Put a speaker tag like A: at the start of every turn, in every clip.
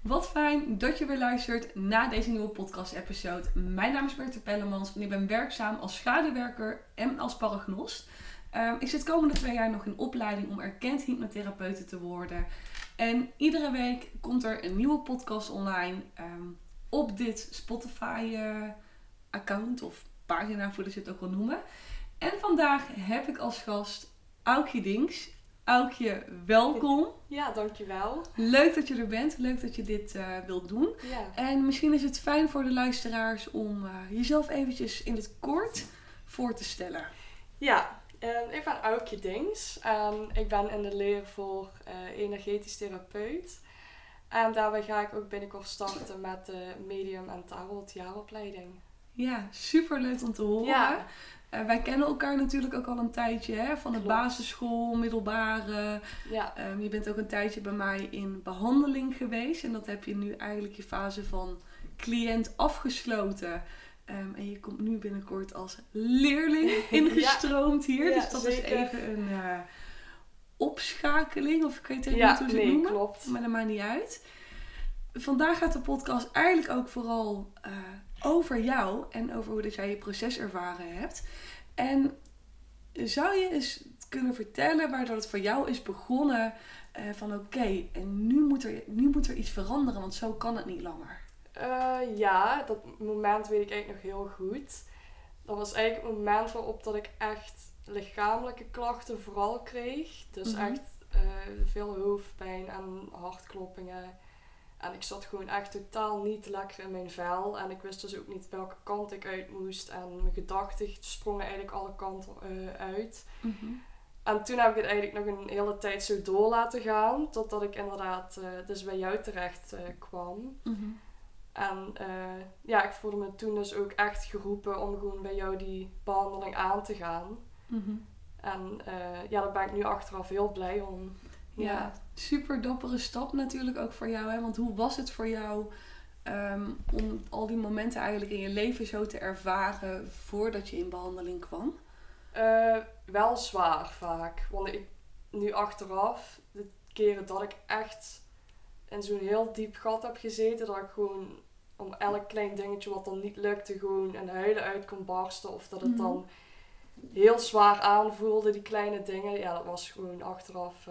A: Wat fijn dat je weer luistert naar deze nieuwe podcast-episode. Mijn naam is Berthe Pellemans en ik ben werkzaam als schaduwwerker en als paragnost. Ik zit komende 2 jaar nog in opleiding om erkend hypnotherapeute te worden. En iedere week komt er een nieuwe podcast online op dit Spotify-account of pagina, hoe je het ook wil noemen. En vandaag heb ik als gast Aukje Dinks. Aukje, welkom.
B: Ja, dankjewel.
A: Leuk dat je er bent. Leuk dat je dit wilt doen.
B: Ja.
A: En misschien is het fijn voor de luisteraars om jezelf eventjes in het kort voor te stellen.
B: Ja, ik ben Aukje Dinks. Ik ben in de leer voor energetisch therapeut. En daarbij ga ik ook binnenkort starten met de medium en tarot jaaropleiding.
A: Ja, super leuk om te horen.
B: Ja.
A: Wij kennen elkaar natuurlijk ook al een tijdje, hè? Van de
B: Klopt.
A: basisschool, middelbare.
B: Ja.
A: Je bent ook een tijdje bij mij in behandeling geweest. En dat heb je nu eigenlijk je fase van cliënt afgesloten. En je komt nu binnenkort als leerling ingestroomd hier.
B: Ja,
A: Dus dat
B: zeker.
A: is even een opschakeling. Of ik weet niet
B: Ja,
A: hoe ze het
B: nee,
A: noemen.
B: klopt.
A: Maar dat maakt niet uit. Vandaag gaat de podcast eigenlijk ook vooral over jou. En over hoe dat jij je proces ervaren hebt. En zou je eens kunnen vertellen waar dat het voor jou is begonnen? Van oké, en nu moet er iets veranderen. Want zo kan het niet langer.
B: Ja, dat moment weet ik eigenlijk nog heel goed. Dat was eigenlijk het moment waarop dat ik echt lichamelijke klachten vooral kreeg. Dus echt veel hoofdpijn en hartkloppingen. En ik zat gewoon echt totaal niet lekker in mijn vel. En ik wist dus ook niet welke kant ik uit moest. En mijn gedachten sprongen eigenlijk alle kanten uit.
A: Mm-hmm.
B: En toen heb ik het eigenlijk nog een hele tijd zo door laten gaan. Totdat ik inderdaad dus bij jou terecht kwam.
A: Mm-hmm.
B: En ik voelde me toen dus ook echt geroepen om gewoon bij jou die behandeling aan te gaan.
A: Mm-hmm.
B: En daar ben ik nu achteraf heel blij om.
A: Ja, super dappere stap natuurlijk ook voor jou. Hè? Want hoe was het voor jou om al die momenten eigenlijk in je leven zo te ervaren voordat je in behandeling kwam?
B: Wel zwaar vaak. Want ik nu achteraf, de keren dat ik echt in zo'n heel diep gat heb gezeten, dat ik gewoon om elk klein dingetje wat dan niet lukte, gewoon in huilen uit kon barsten. Of dat het dan heel zwaar aanvoelde, die kleine dingen. Ja, dat was gewoon achteraf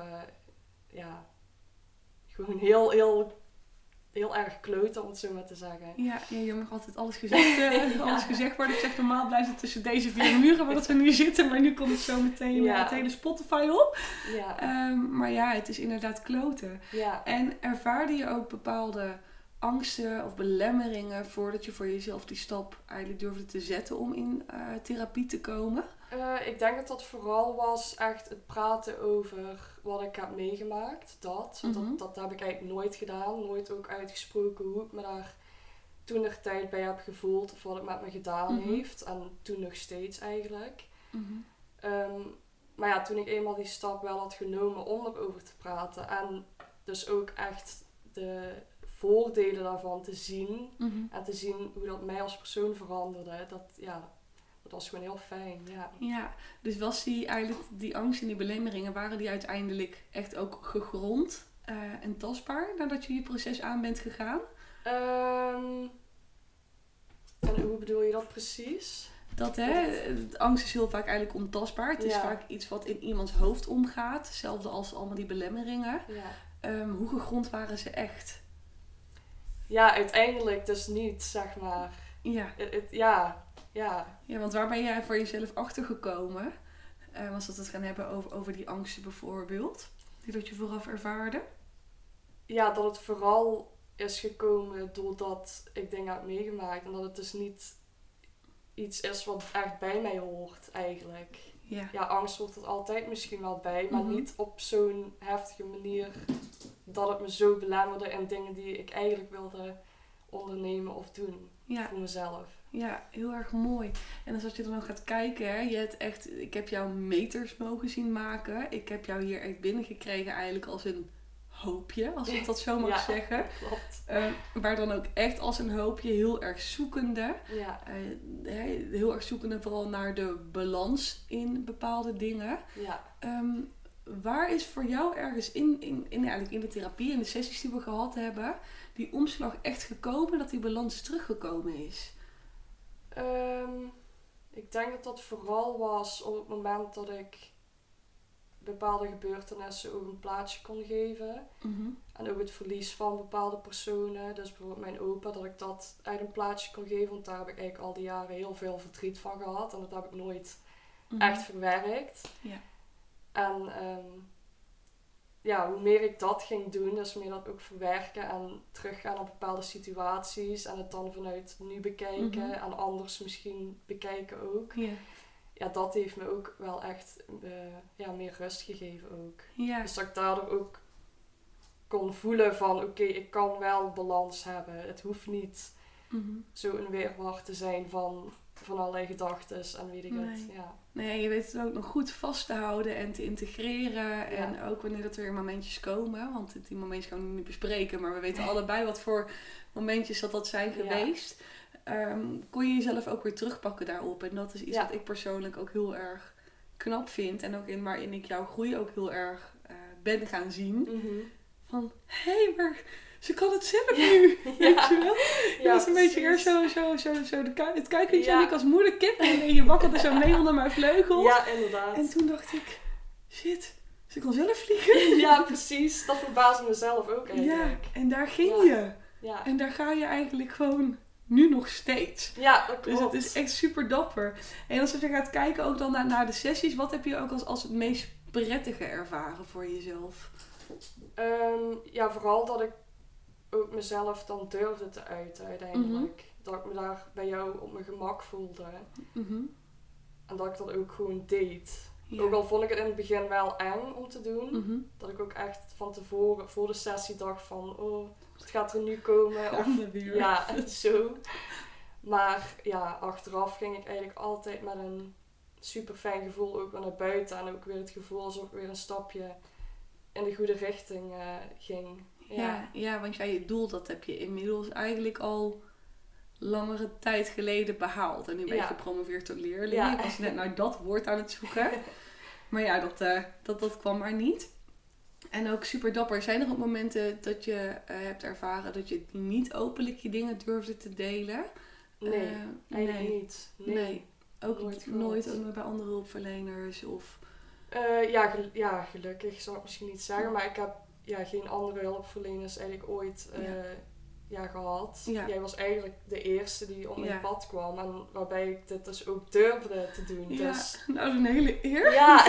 B: gewoon heel erg kloten, om het zo maar te zeggen.
A: Ja, je mag altijd alles gezegd, alles gezegd worden. Ik zeg normaal blijft het tussen deze 4 muren waar dat we nu zitten. Maar nu komt het zo meteen het hele Spotify op.
B: Ja.
A: Maar ja, het is inderdaad kloten.
B: Ja.
A: En ervaarde je ook bepaalde angsten of belemmeringen voordat je voor jezelf die stap eigenlijk durfde te zetten om in therapie te komen?
B: Ik denk dat dat vooral was echt het praten over wat ik heb meegemaakt. Dat heb ik eigenlijk nooit gedaan. Nooit ook uitgesproken hoe ik me daar toenertijd bij heb gevoeld. Of wat het met me gedaan heeft. En toen nog steeds eigenlijk.
A: Mm-hmm.
B: Maar ja, toen ik eenmaal die stap wel had genomen om erover te praten. En dus ook echt de voordelen daarvan te zien.
A: Mm-hmm.
B: En te zien hoe dat mij als persoon veranderde. Dat was gewoon heel fijn, ja.
A: Ja, dus was die angst en die belemmeringen, waren die uiteindelijk echt ook gegrond en tastbaar nadat je proces aan bent gegaan?
B: En hoe bedoel je dat precies?
A: Angst is heel vaak eigenlijk ontastbaar. Het is
B: Ja.
A: vaak iets wat in iemands hoofd omgaat. Hetzelfde als allemaal die belemmeringen.
B: Ja.
A: Hoe gegrond waren ze echt?
B: Ja, uiteindelijk dus niet, zeg maar.
A: Ja.
B: Ja.
A: Ja, want waar ben jij voor jezelf achtergekomen? Als we het gaan hebben over die angsten bijvoorbeeld. Die dat je vooraf ervaarde.
B: Ja, dat het vooral is gekomen doordat ik dingen heb meegemaakt. En dat het dus niet iets is wat echt bij mij hoort, eigenlijk.
A: Ja.
B: Ja, angst hoort er altijd misschien wel bij. Maar niet op zo'n heftige manier dat het me zo belemmerde in dingen die ik eigenlijk wilde ondernemen of doen.
A: Ja.
B: Voor mezelf.
A: Ja, heel erg mooi. En als je dan ook gaat kijken, hè, ik heb jou meters mogen zien maken. Ik heb jou hier echt binnengekregen eigenlijk als een hoopje, als ik dat zo mag zeggen.
B: Klopt.
A: Maar dan ook echt als een hoopje, heel erg zoekende.
B: Ja.
A: Heel erg zoekende vooral naar de balans in bepaalde dingen.
B: Ja.
A: Waar is voor jou ergens eigenlijk in de therapie, in de sessies die we gehad hebben, die omslag echt gekomen, dat die balans teruggekomen is?
B: Ik denk dat dat vooral was op het moment dat ik bepaalde gebeurtenissen ook een plaatsje kon geven.
A: Mm-hmm.
B: En ook het verlies van bepaalde personen. Dus bijvoorbeeld mijn opa, dat ik dat uit een plaatsje kon geven. Want daar heb ik eigenlijk al die jaren heel veel verdriet van gehad. En dat heb ik nooit echt verwerkt.
A: Ja.
B: En hoe meer ik dat ging doen, dus meer dat ook verwerken en teruggaan op bepaalde situaties. En het dan vanuit nu bekijken en anders misschien bekijken ook.
A: Ja.
B: Ja, dat heeft me ook wel echt meer rust gegeven ook.
A: Ja.
B: Dus dat ik daardoor ook kon voelen van oké, ik kan wel balans hebben. Het hoeft niet zo een weerwar te zijn van allerlei gedachten en weet ik het. Ja.
A: Nee, je weet het ook nog goed vast te houden en te integreren. En ook wanneer dat er momentjes komen. Want die momentjes gaan we niet bespreken. Maar we weten allebei wat voor momentjes dat zijn geweest. Kon je jezelf ook weer terugpakken daarop. En dat is iets wat ik persoonlijk ook heel erg knap vind. En ook waarin ik jouw groei ook heel erg ben gaan zien.
B: Mm-hmm.
A: Van, hé, maar ze kan het zelf nu. Weet je wel? Dat is een beetje eerst zo het kuikentje. En ik als moeder kip. En je wakkelde zo mee onder mijn vleugels.
B: Ja, inderdaad.
A: En toen dacht ik, shit, ze kan zelf vliegen.
B: Ja, precies. Dat verbaasde mezelf ook eigenlijk.
A: Ja, en daar ging je.
B: Ja.
A: En daar ga je eigenlijk gewoon nu nog steeds.
B: Ja, dat klopt.
A: Dus het is echt super dapper. En als je gaat kijken ook dan naar de sessies, wat heb je ook als het meest prettige ervaren voor jezelf?
B: Vooral dat ik ook mezelf dan durfde te uiten uiteindelijk. Dat ik me daar bij jou op mijn gemak voelde.
A: Mm-hmm.
B: En dat ik dat ook gewoon deed.
A: Ja.
B: Ook al vond ik het in het begin wel eng om te doen.
A: Mm-hmm.
B: Dat ik ook echt van tevoren, voor de sessie dacht van, oh, het gaat er nu komen. Of, ja, zo. Maar ja, achteraf ging ik eigenlijk altijd met een super fijn gevoel ook weer naar buiten. En ook weer het gevoel alsof ik weer een stapje in de goede richting ging.
A: Ja, want je doel, dat heb je inmiddels eigenlijk al langere tijd geleden behaald. En nu ben je gepromoveerd tot leerling.
B: Ja.
A: Ik was net naar dat woord aan het zoeken. Maar ja, dat kwam maar niet. En ook super dapper. Zijn er ook momenten dat je hebt ervaren dat je niet openlijk je dingen durfde te delen?
B: Nee, eigenlijk niet. Nee.
A: Ook nooit bij andere hulpverleners of...
B: Gelukkig zou ik misschien niet zeggen. Maar ik heb geen andere hulpverleners eigenlijk ooit gehad. Ja. Jij was eigenlijk de eerste die op mijn pad kwam. En waarbij ik dit dus ook durfde te doen.
A: Ja,
B: dus...
A: nou een hele eer.
B: Ja.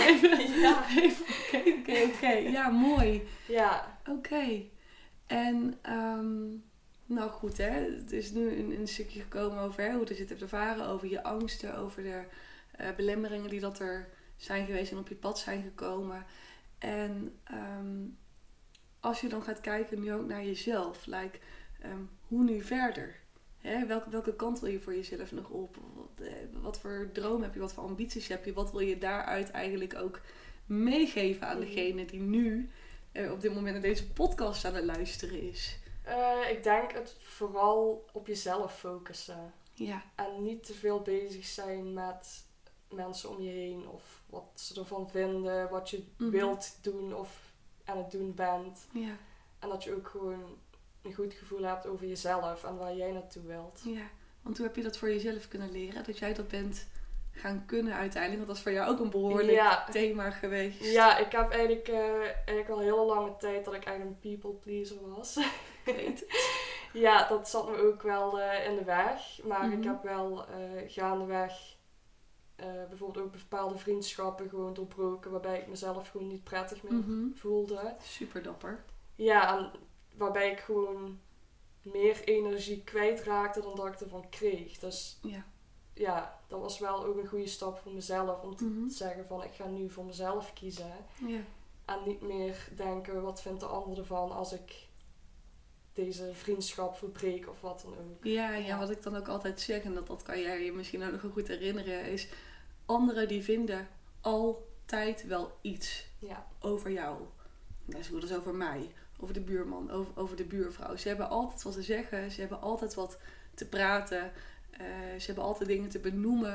A: Oké. Ja, mooi.
B: Ja.
A: Oké. En... nou goed, hè. Het is nu een stukje gekomen over hoe je het hebt ervaren, over je angsten, over de belemmeringen die dat er zijn geweest en op je pad zijn gekomen. En als je dan gaat kijken nu ook naar jezelf, hoe nu verder? Hè? Welke kant wil je voor jezelf nog op? Wat voor droom heb je? Wat voor ambities heb je? Wat wil je daaruit eigenlijk ook meegeven aan degene die nu op dit moment naar deze podcast aan het luisteren is?
B: Ik denk het vooral op jezelf focussen.
A: Ja.
B: En niet te veel bezig zijn met mensen om je heen. Of wat ze ervan vinden. Wat je wilt doen of aan het doen bent.
A: Ja.
B: En dat je ook gewoon een goed gevoel hebt over jezelf. En waar jij naartoe wilt.
A: Ja. Want hoe heb je dat voor jezelf kunnen leren? Dat jij dat bent gaan kunnen uiteindelijk. Want dat is voor jou ook een behoorlijk thema geweest.
B: Ja, ik heb eigenlijk al heel lange tijd dat ik eigenlijk een people pleaser was. Ja, dat zat me ook wel in de weg. Maar ik heb wel gaandeweg bijvoorbeeld ook bepaalde vriendschappen gewoon doorbroken. Waarbij ik mezelf gewoon niet prettig meer voelde.
A: Super dapper.
B: Ja, en waarbij ik gewoon meer energie kwijtraakte dan dat ik ervan kreeg. Dus ja, dat was wel ook een goede stap voor mezelf. Om te zeggen van ik ga nu voor mezelf kiezen.
A: Ja.
B: En niet meer denken wat vindt de ander ervan als ik deze vriendschap verbreek of wat dan ook.
A: Ja, wat ik dan ook altijd zeg, en dat kan jij je misschien ook nog wel goed herinneren, is anderen die vinden altijd wel iets over jou. Dat is dus over mij, over de buurman, over de buurvrouw. Ze hebben altijd wat te zeggen, ze hebben altijd wat te praten, ze hebben altijd dingen te benoemen.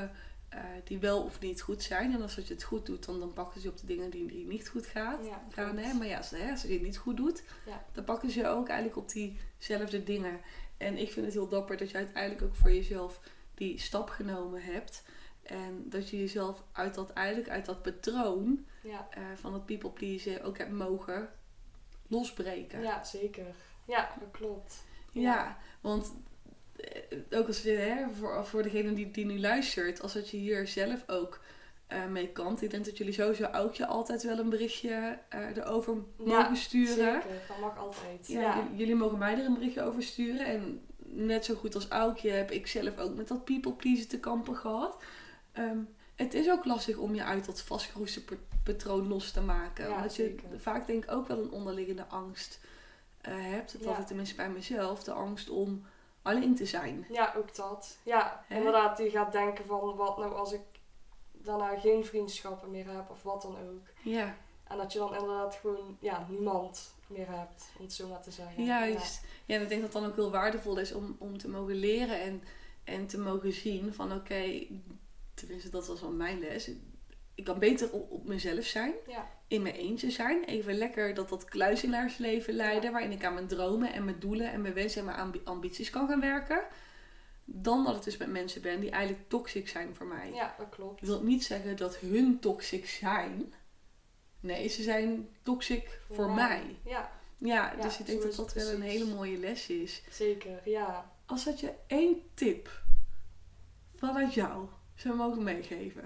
A: die wel of niet goed zijn. En als je het goed doet, dan pakken ze op de dingen die niet goed gaan. Hè? Maar ja, als je het niet goed doet, dan pakken ze ook eigenlijk op diezelfde dingen. En ik vind het heel dapper dat je uiteindelijk ook voor jezelf die stap genomen hebt. En dat je jezelf uit dat patroon van het people pleasen ook hebt mogen losbreken.
B: Ja, zeker. Ja, dat klopt.
A: Ja, want ook als je, voor degene die nu luistert, als dat je hier zelf ook mee kan. Ik denk dat jullie sowieso ook je altijd wel een berichtje erover mogen sturen.
B: Zeker. Dat mag altijd.
A: Jullie mogen mij er een berichtje over sturen. En net zo goed als Aukje heb ik zelf ook met dat people pleasen te kampen gehad. Het is ook lastig om je uit dat vastgeroeste patroon los te maken.
B: Ja,
A: omdat
B: zeker.
A: je vaak denk ik ook wel een onderliggende angst hebt. Dat had het tenminste bij mezelf. De angst om alleen te zijn.
B: Ja, ook dat. Ja, inderdaad. Die gaat denken van wat nou als ik daarna geen vriendschappen meer heb of wat dan ook. Ja. En dat je dan inderdaad gewoon niemand meer hebt, om het zo maar te zeggen.
A: Juist. Ja, en ik denk dat het dan ook heel waardevol is om te mogen leren en te mogen zien van oké, tenminste dat was wel mijn les. Ik kan beter op mezelf zijn. Ja. In mijn eentje zijn. Even lekker dat kluizenaarsleven leiden. Waarin ik aan mijn dromen en mijn doelen en mijn wensen en mijn ambities kan gaan werken. Dan dat ik dus met mensen ben die eigenlijk toxic zijn voor mij.
B: Ja, dat klopt.
A: Ik wil niet zeggen dat hun toxic zijn. Nee, ze zijn toxic voor mij. Ja, dus ik denk dat dat wel een hele mooie les is.
B: Zeker, ja.
A: Als dat je 1 tip vanuit jou zou mogen meegeven.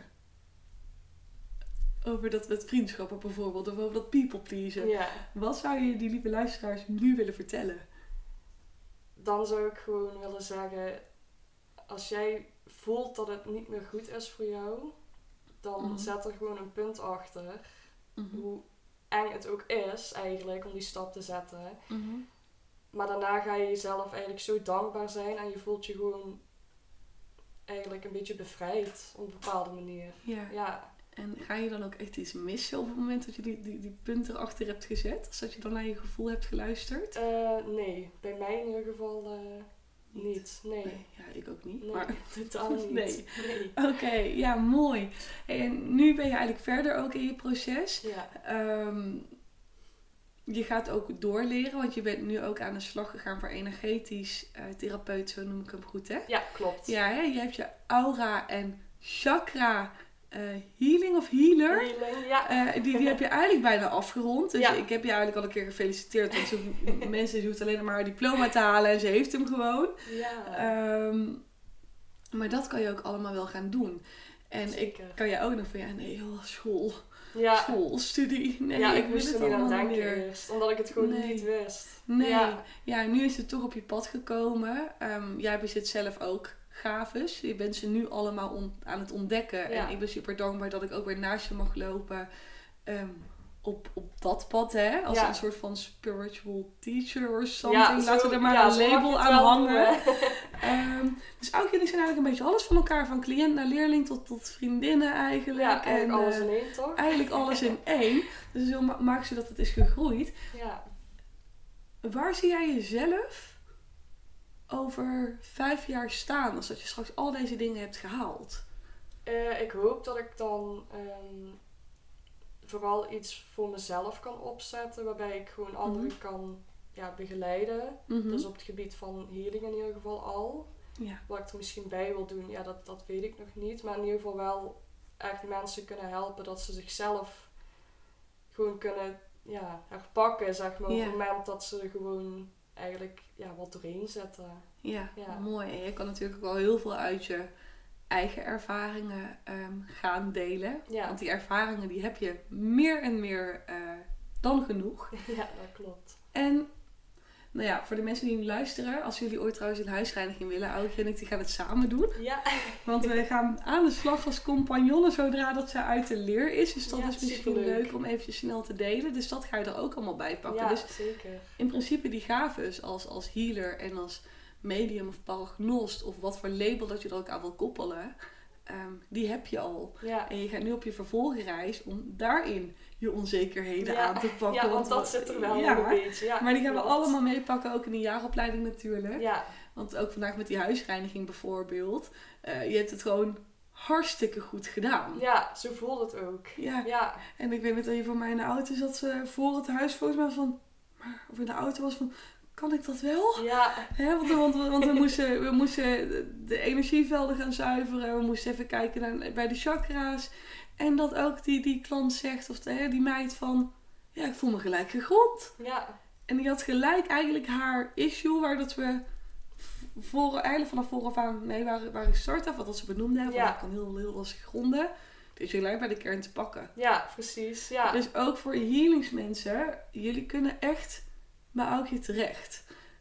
A: Over dat met vriendschappen bijvoorbeeld. Of over dat people pleasen. Ja. Wat zou je die lieve luisteraars nu willen vertellen?
B: Dan zou ik gewoon willen zeggen. Als jij voelt dat het niet meer goed is voor jou. Dan zet er gewoon een punt achter. Hoe eng het ook is eigenlijk om die stap te zetten. Maar daarna ga je jezelf eigenlijk zo dankbaar zijn. En je voelt je gewoon eigenlijk een beetje bevrijd op een bepaalde manier. Ja.
A: En ga je dan ook echt iets missen op het moment dat je die punt erachter hebt gezet? Als dat je dan naar je gevoel hebt geluisterd?
B: Nee, bij mij in ieder geval niet. Nee.
A: Ja, ik ook niet.
B: Nee,
A: maar
B: totaal niet.
A: Nee. Oké, ja, mooi. En nu ben je eigenlijk verder ook in je proces. Ja. Je gaat ook doorleren, want je bent nu ook aan de slag gegaan voor energetisch therapeut, zo noem ik hem goed, hè?
B: Ja, klopt.
A: Ja, hè? Je hebt je aura en chakra healing of healer.
B: Healing, ja.
A: Die heb je eigenlijk bijna afgerond. Dus ik heb je eigenlijk al een keer gefeliciteerd. Want mensen hoeft alleen maar haar diploma te halen en ze heeft hem gewoon. Ja. Maar dat kan je ook allemaal wel gaan doen. En
B: zeker.
A: Ik kan je ook nog van school.
B: Ja.
A: School, studie. Nee,
B: ja, ik moest er niet aan denken eerst. Omdat ik het gewoon niet wist.
A: Nee. Ja, nu is het toch op je pad gekomen. Jij bezit zelf ook gaves. Je bent ze nu allemaal aan het ontdekken. Ja. En ik ben super dankbaar dat ik ook weer naast je mag lopen. Op dat pad, hè. Als een soort van spiritual teacher or something. Laten we er maar een label aan hangen. Dus ook jullie zijn eigenlijk een beetje alles van elkaar. Van cliënt naar leerling tot vriendinnen eigenlijk.
B: Ja, eigenlijk alles in één, toch?
A: Eigenlijk alles in één. Dus zo maakt ze dat het is gegroeid. Ja. Waar zie jij jezelf over 5 jaar staan? Als dat je straks al deze dingen hebt gehaald.
B: Ik hoop dat ik dan vooral iets voor mezelf kan opzetten. Waarbij ik gewoon anderen kan begeleiden. Dus op het gebied van healing in ieder geval al. Ja. Wat ik er misschien bij wil doen, dat weet ik nog niet. Maar in ieder geval wel echt mensen kunnen helpen. Dat ze zichzelf gewoon kunnen herpakken, zeg maar. Op het moment dat ze er gewoon eigenlijk wat doorheen zetten. Ja, mooi. En
A: je kan natuurlijk ook wel heel veel uit je eigen ervaringen gaan delen. Ja. Want die ervaringen die heb je meer en meer dan genoeg.
B: Ja, dat klopt.
A: En voor de mensen die nu luisteren, als jullie ooit trouwens een huisreiniging willen, Aukje en ik die gaan het samen doen. Ja. Want we gaan aan de slag als compagnonnen zodra dat ze uit de leer is. Dus dat is misschien leuk om eventjes snel te delen. Dus dat ga je er ook allemaal bij pakken.
B: Ja,
A: dus
B: zeker.
A: In principe die gaves als healer en als medium of paragnost of wat voor label dat je er ook aan wil koppelen, die heb je al. Ja. En je gaat nu op je vervolgreis om daarin je onzekerheden aan te pakken.
B: Ja, want dat zit er wel een beetje. Ja,
A: maar die gaan we allemaal meepakken, ook in de jaaropleiding natuurlijk. Ja. Want ook vandaag met die huisreiniging bijvoorbeeld. Je hebt het gewoon hartstikke goed gedaan.
B: Ja, zo voelt het ook.
A: Ja.
B: Ja.
A: En ik weet niet dat je voor mij in de auto zat voor het huis volgens mij van... Of in de auto was van... Kan ik dat wel?
B: Ja.
A: Hè, want we moesten de energievelden gaan zuiveren. We moesten even kijken bij de chakra's. En dat ook die klant zegt, of die meid van... Ja, ik voel me gelijk gegrond.
B: Ja.
A: En die had gelijk eigenlijk haar issue, waar dat we eigenlijk vanaf vooraf aan waar gestart af, wat dat ze benoemde. Van,
B: Ja.
A: Ik kan heel lastig gronden. Dus je gelijk bij de kern te pakken.
B: Ja, precies. Ja.
A: Dus ook voor healingsmensen, jullie kunnen echt bij Aukje terecht.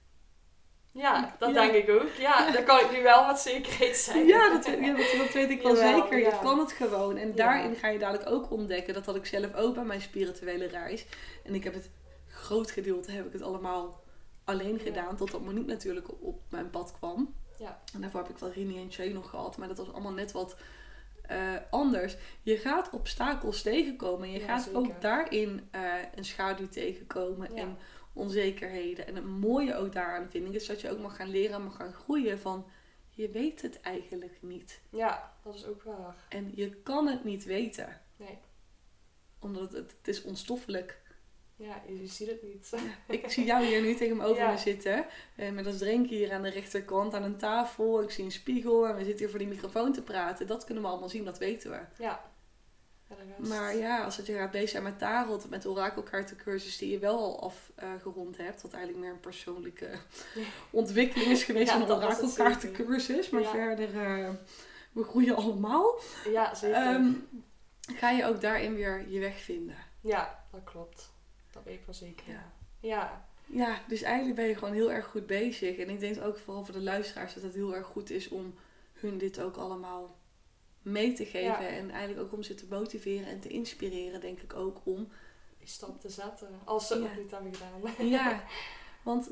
B: Ja, dat
A: Ja.
B: denk ik ook. Ja, dat kan ik nu wel met zekerheid zeggen.
A: Ja, dat weet ik wel
B: Jawel,
A: zeker.
B: ja.
A: Je kan het gewoon. En
B: Ja.
A: daarin ga je dadelijk ook ontdekken. Dat had ik zelf ook bij mijn spirituele reis. En ik heb het groot gedeelte heb ik het allemaal alleen gedaan. Totdat Monique natuurlijk op mijn pad kwam.
B: Ja.
A: En daarvoor heb ik wel Rini en Shay nog gehad. Maar dat was allemaal net wat anders. Je gaat obstakels tegenkomen. En je
B: Ja,
A: gaat
B: zeker.
A: ook daarin een schaduw tegenkomen.
B: Ja.
A: En onzekerheden. En het mooie ook daaraan vind ik is dat je ook mag gaan leren en mag gaan groeien van... Je weet het eigenlijk niet.
B: Ja, dat is ook waar.
A: En je kan het niet weten.
B: Nee.
A: Omdat het is onstoffelijk.
B: Ja, je ziet het niet.
A: Ik zie jou hier nu tegen me over
B: Ja.
A: me zitten. Met ons drinkje hier aan de rechterkant aan een tafel. Ik zie een spiegel en we zitten hier voor die microfoon te praten. Dat kunnen we allemaal zien, dat weten we.
B: Ja. Ja, de rest.
A: Maar ja, als het je gaat bezig zijn met tarot, met orakelkaartencursus die je wel al afgerond hebt. Wat eigenlijk meer een persoonlijke ontwikkeling is geweest
B: Ja,
A: dan een
B: dat was het
A: orakelkaartencursus. Maar
B: Ja.
A: verder, we groeien allemaal.
B: Ja, zeker.
A: Ga je ook daarin weer je weg vinden.
B: Ja, dat klopt. Dat weet ik wel zeker.
A: Ja.
B: Ja.
A: Ja, dus eigenlijk ben je gewoon heel erg goed bezig. En ik denk ook vooral voor de luisteraars dat het heel erg goed is om hun dit ook allemaal mee te geven.
B: Ja.
A: En eigenlijk ook om ze te motiveren en te inspireren, denk ik ook om.
B: Die stap te zetten. Als ze het
A: Ja.
B: nog niet hebben gedaan.
A: Ja, want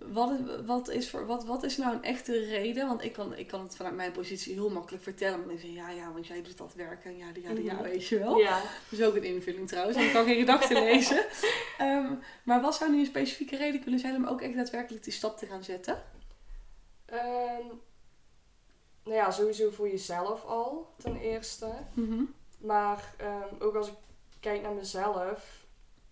A: wat is nou een echte reden? Want ik kan het vanuit mijn positie heel makkelijk vertellen. Maar ik zeg, ja, want jij doet dat werk en ja, weet je wel.
B: Ja.
A: Dat is ook een invulling trouwens, en ik kan geen gedachten lezen. Maar wat zou nu een specifieke reden kunnen zijn om ook echt daadwerkelijk die stap te gaan zetten?
B: Nou ja, sowieso voor jezelf al, ten eerste.
A: Mhm.
B: Maar ook als ik kijk naar mezelf,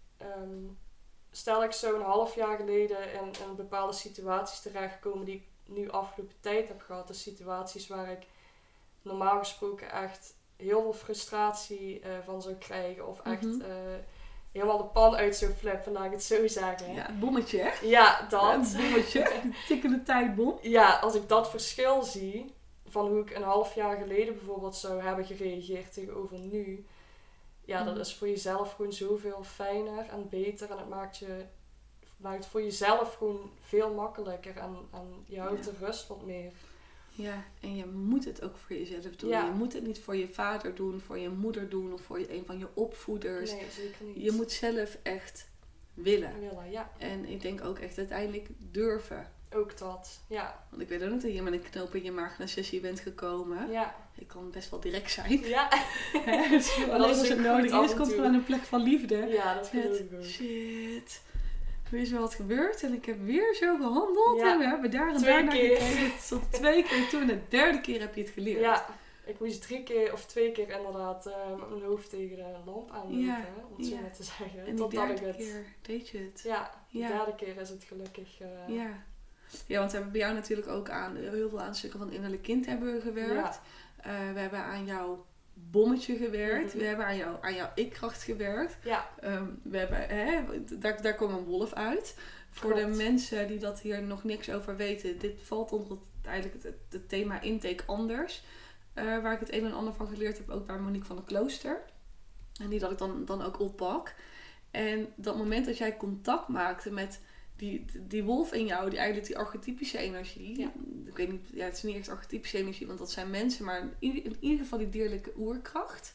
B: stel ik zo een half jaar geleden in bepaalde situaties terechtgekomen die ik nu afgelopen tijd heb gehad. Dus situaties waar ik normaal gesproken echt heel veel frustratie van zou krijgen. Of echt helemaal de pan uit zou flippen, laat ik het zo zeggen.
A: Ja, het bommetje, hè?
B: Ja, dat.
A: Het bommetje, die tikkende tijdbom.
B: Ja, als ik dat verschil zie van hoe ik een half jaar geleden bijvoorbeeld zou hebben gereageerd tegenover nu. Ja, dat is voor jezelf gewoon zoveel fijner en beter. En het maakt het voor jezelf gewoon veel makkelijker. En je houdt de rust wat meer.
A: Ja, en je moet het ook voor jezelf doen.
B: Ja.
A: Je moet het niet voor je vader doen, voor je moeder doen of voor een van je opvoeders.
B: Nee, zeker niet.
A: Je moet zelf echt willen.
B: Ja,
A: En ik denk ook echt uiteindelijk durven.
B: ook dat. Ja.
A: Want ik weet ook niet dat je met een knoop in je maag naar sessie bent gekomen.
B: Ja.
A: Ik kan best wel direct zijn.
B: Ja.
A: Hè? Dus
B: Maar
A: alleen
B: dat is
A: als het
B: ook
A: nodig
B: goed af
A: is,
B: en
A: komt
B: toe.
A: vanuit een plek van liefde.
B: Ja, dat geloof
A: Met
B: ik ook.
A: shit. Er is wel wat gebeurd en ik heb weer zo gehandeld.
B: Ja.
A: En we hebben daar en
B: 2
A: daar naar
B: keer.
A: gekeken. Tot 2 keer toe en de 3e keer heb je het geleerd.
B: Ja. Ik moest 3 keer of 2 keer inderdaad met mijn hoofd tegen de lamp aanlopen.
A: Ja,
B: Om het zo
A: ja.
B: maar te zeggen.
A: En die
B: Totdat ik
A: 3e
B: het...
A: keer deed je het.
B: Ja, de
A: Ja.
B: 3e keer is het gelukkig...
A: Ja. Ja, want we hebben bij jou natuurlijk ook heel veel aan stukken van innerlijk kind hebben we gewerkt. We hebben aan jouw bommetje gewerkt.
B: Mhm.
A: We hebben aan jouw ik-kracht gewerkt.
B: Ja.
A: We hebben, daar kwam een wolf uit. Voor de
B: Klopt.
A: mensen die dat hier nog niks over weten. Dit valt onder het thema intake anders. Waar ik het een en ander van geleerd heb. Ook bij Monique van der Klooster. En die dat ik dan ook oppak. En dat moment dat jij contact maakte met die wolf in jou. Die eigenlijk die archetypische energie.
B: Ja.
A: Ik weet niet, het is niet echt archetypische energie. Want dat zijn mensen. Maar in ieder geval die dierlijke oerkracht.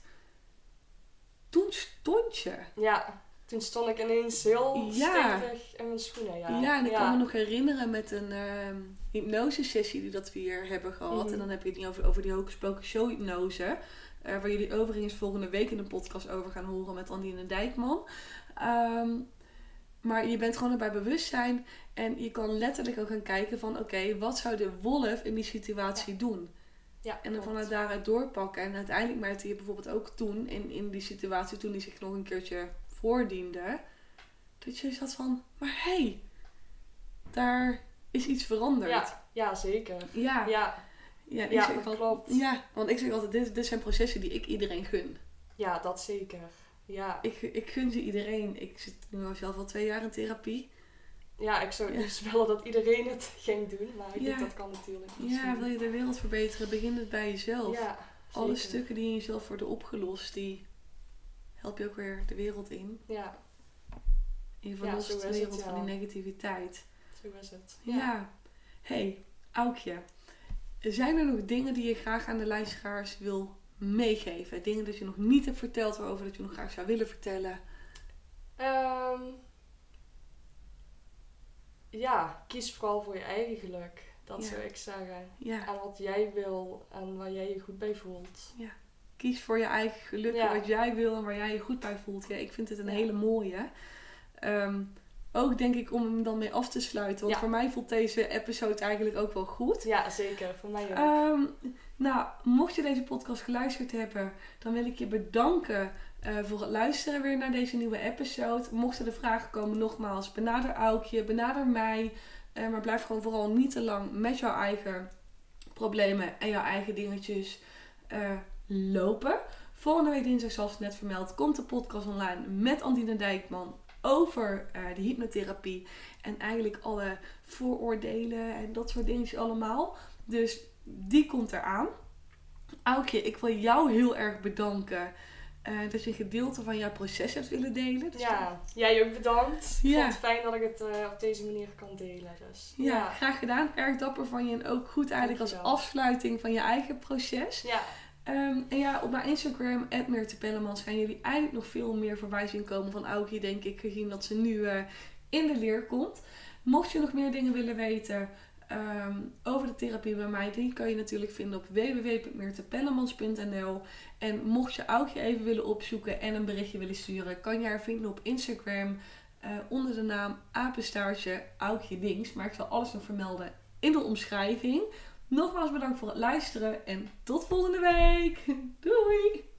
A: Toen stond je.
B: Ja. Toen stond ik ineens heel
A: Ja.
B: stevig in mijn schoenen. Ja,
A: Ja, en ik kan me nog herinneren met een hypnosesessie die dat we hier hebben gehad.
B: Mhm.
A: En dan heb je het niet over die Hocus Pocus show hypnose. Waar jullie overigens volgende week in de podcast over gaan horen met Andine Dijkman. Maar je bent gewoon erbij bewustzijn. En je kan letterlijk ook gaan kijken van oké, wat zou de wolf in die situatie doen?
B: Ja,
A: En dan vanuit daaruit doorpakken. En uiteindelijk merkte je bijvoorbeeld ook toen, in die situatie, toen die zich nog een keertje voordiende, dat je zat van, maar hé, daar is iets veranderd.
B: Ja, zeker.
A: Ja,
B: Ja,
A: dat
B: klopt.
A: Ja, want ik zeg altijd, dit zijn processen die ik iedereen gun.
B: Ja, dat zeker. Ja.
A: Ik gun ze iedereen. Ik zit nu al zelf al 2 jaar in therapie.
B: Ja, ik zou dus willen dat iedereen het ging doen, maar ik denk dat kan natuurlijk niet.
A: Ja, wil je de wereld verbeteren, begin het bij jezelf.
B: Ja,
A: alle stukken die in jezelf worden opgelost, die help je ook weer de wereld in.
B: Ja.
A: Je verlost de wereld van die negativiteit.
B: Zo is het.
A: Ja. Hey, Aukje. Zijn er nog dingen die je graag aan de luisteraars wil meegeven? Dingen dat je nog niet hebt verteld, waarover dat je nog graag zou willen vertellen?
B: Ja, kies vooral voor je eigen geluk. Dat zou ik zeggen.
A: Ja.
B: En wat jij wil en waar jij je goed bij voelt.
A: Ja. Kies voor je eigen geluk, wat jij wil en waar jij je goed bij voelt. Ja, ik vind het een hele mooie. Ook denk ik om hem dan mee af te sluiten. Want voor mij voelt deze episode eigenlijk ook wel goed.
B: Ja, zeker. Voor mij ook.
A: Nou, mocht je deze podcast geluisterd hebben, dan wil ik je bedanken voor het luisteren weer naar deze nieuwe episode. Mochten er vragen komen, nogmaals, benader Aukje, benader mij. Maar blijf gewoon vooral niet te lang met jouw eigen problemen en jouw eigen dingetjes lopen. Volgende week dinsdag, zoals net vermeld, komt de podcast online met Andine Dijkman over de hypnotherapie en eigenlijk alle vooroordelen en dat soort dingetjes allemaal. Dus die komt eraan. Aukje, ik wil jou heel erg bedanken dat je een gedeelte van jouw proces hebt willen delen. Dus
B: jij ook bedankt. Ik vond het fijn dat ik het op deze manier kan delen. Dus.
A: Ja, graag gedaan. Erg dapper van je en ook goed eigenlijk als afsluiting van je eigen proces.
B: Ja.
A: En op mijn Instagram, @meertepellemans, gaan jullie eigenlijk nog veel meer voorbij zien komen van Aukje, denk ik, gezien dat ze nu in de leer komt. Mocht je nog meer dingen willen weten over de therapie bij mij, die kan je natuurlijk vinden op www.meertepellemans.nl. En mocht je Aukje even willen opzoeken en een berichtje willen sturen, kan je haar vinden op Instagram onder de naam _Aukje Dings. Maar ik zal alles nog vermelden in de omschrijving. Nogmaals bedankt voor het luisteren en tot volgende week. Doei!